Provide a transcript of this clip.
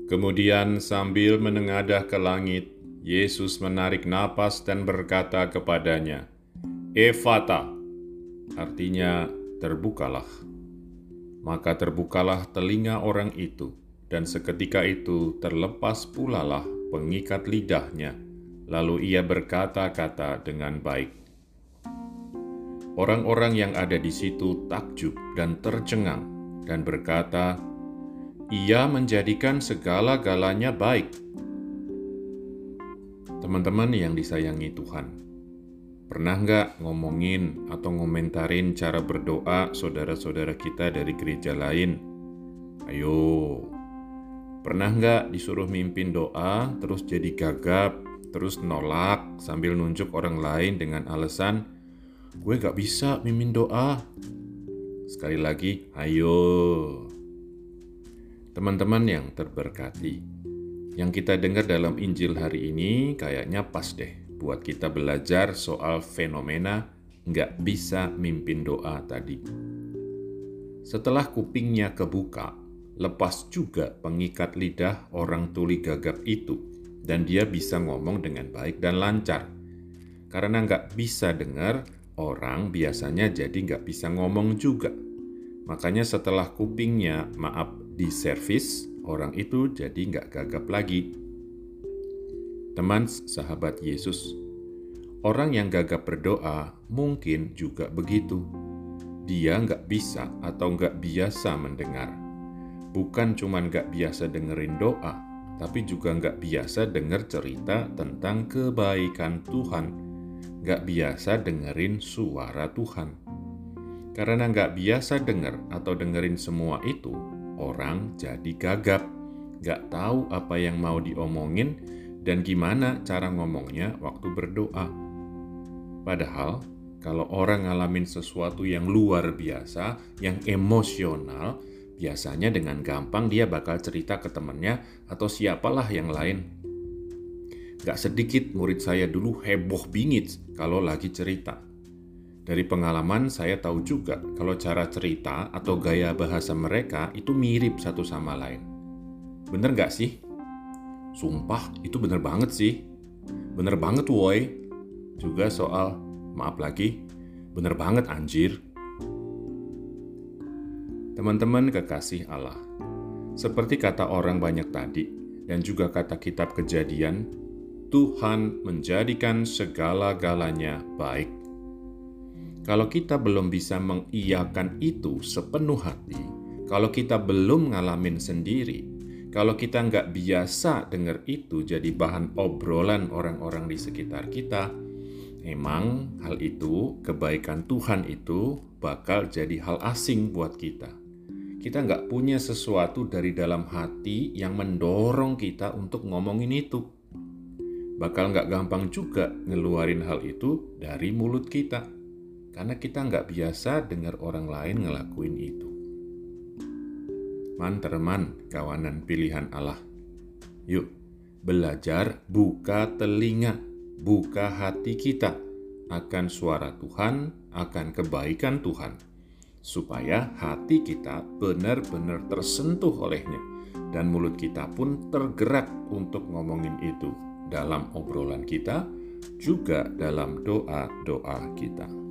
Kemudian sambil menengadah ke langit, Yesus menarik napas dan berkata kepadanya, "Efata," artinya terbukalah. Maka terbukalah telinga orang itu, dan seketika itu terlepas pulalah pengikat lidahnya, lalu ia berkata-kata dengan baik. Orang-orang yang ada di situ takjub dan tercengang, dan berkata, "Ia menjadikan segala-galanya baik." Teman-teman yang disayangi Tuhan, pernah nggak ngomongin atau ngomentarin cara berdoa saudara-saudara kita dari gereja lain? Ayo, pernah nggak disuruh mimpin doa, terus jadi gagap, terus nolak sambil nunjuk orang lain dengan alasan, "Gue nggak bisa mimpin doa." Sekali lagi, ayo. Teman-teman yang terberkati, yang kita dengar dalam Injil hari ini kayaknya pas deh buat kita belajar soal fenomena nggak bisa mimpin doa tadi. Setelah kupingnya kebuka, lepas juga pengikat lidah orang tuli gagap itu, dan dia bisa ngomong dengan baik dan lancar. Karena nggak bisa dengar, orang biasanya jadi nggak bisa ngomong juga. Makanya setelah kupingnya, diservis, orang itu jadi nggak gagap lagi. Teman sahabat Yesus, orang yang gagap berdoa mungkin juga begitu. Dia nggak bisa atau nggak biasa mendengar. Bukan cuma nggak biasa dengerin doa, tapi juga nggak biasa denger cerita tentang kebaikan Tuhan. Nggak biasa dengerin suara Tuhan. Karena nggak biasa denger atau dengerin semua itu, orang jadi gagap, nggak tahu apa yang mau diomongin dan gimana cara ngomongnya waktu berdoa. Padahal, kalau orang ngalamin sesuatu yang luar biasa, yang emosional, biasanya dengan gampang dia bakal cerita ke temannya atau siapalah yang lain. Gak sedikit murid saya dulu heboh bingit kalau lagi cerita. Dari pengalaman saya tahu juga kalau cara cerita atau gaya bahasa mereka itu mirip satu sama lain. Bener gak sih? Sumpah itu bener banget sih. Bener banget woi. Juga soal, maaf lagi, bener banget anjir. Teman-teman kekasih Allah, seperti kata orang banyak tadi, dan juga kata kitab Kejadian, Tuhan menjadikan segala-galanya baik. Kalau kita belum bisa mengiyakan itu sepenuh hati, kalau kita belum ngalamin sendiri, kalau kita nggak biasa dengar itu jadi bahan obrolan orang-orang di sekitar kita, emang hal itu, kebaikan Tuhan itu bakal jadi hal asing buat kita. Kita nggak punya sesuatu dari dalam hati yang mendorong kita untuk ngomongin itu. Bakal nggak gampang juga ngeluarin hal itu dari mulut kita. Karena kita nggak biasa dengar orang lain ngelakuin itu. Teman, kawanan pilihan Allah. Yuk, belajar buka telinga, buka hati kita akan suara Tuhan, akan kebaikan Tuhan. Supaya hati kita benar-benar tersentuh olehnya. Dan mulut kita pun tergerak untuk ngomongin itu dalam obrolan kita, juga dalam doa-doa kita.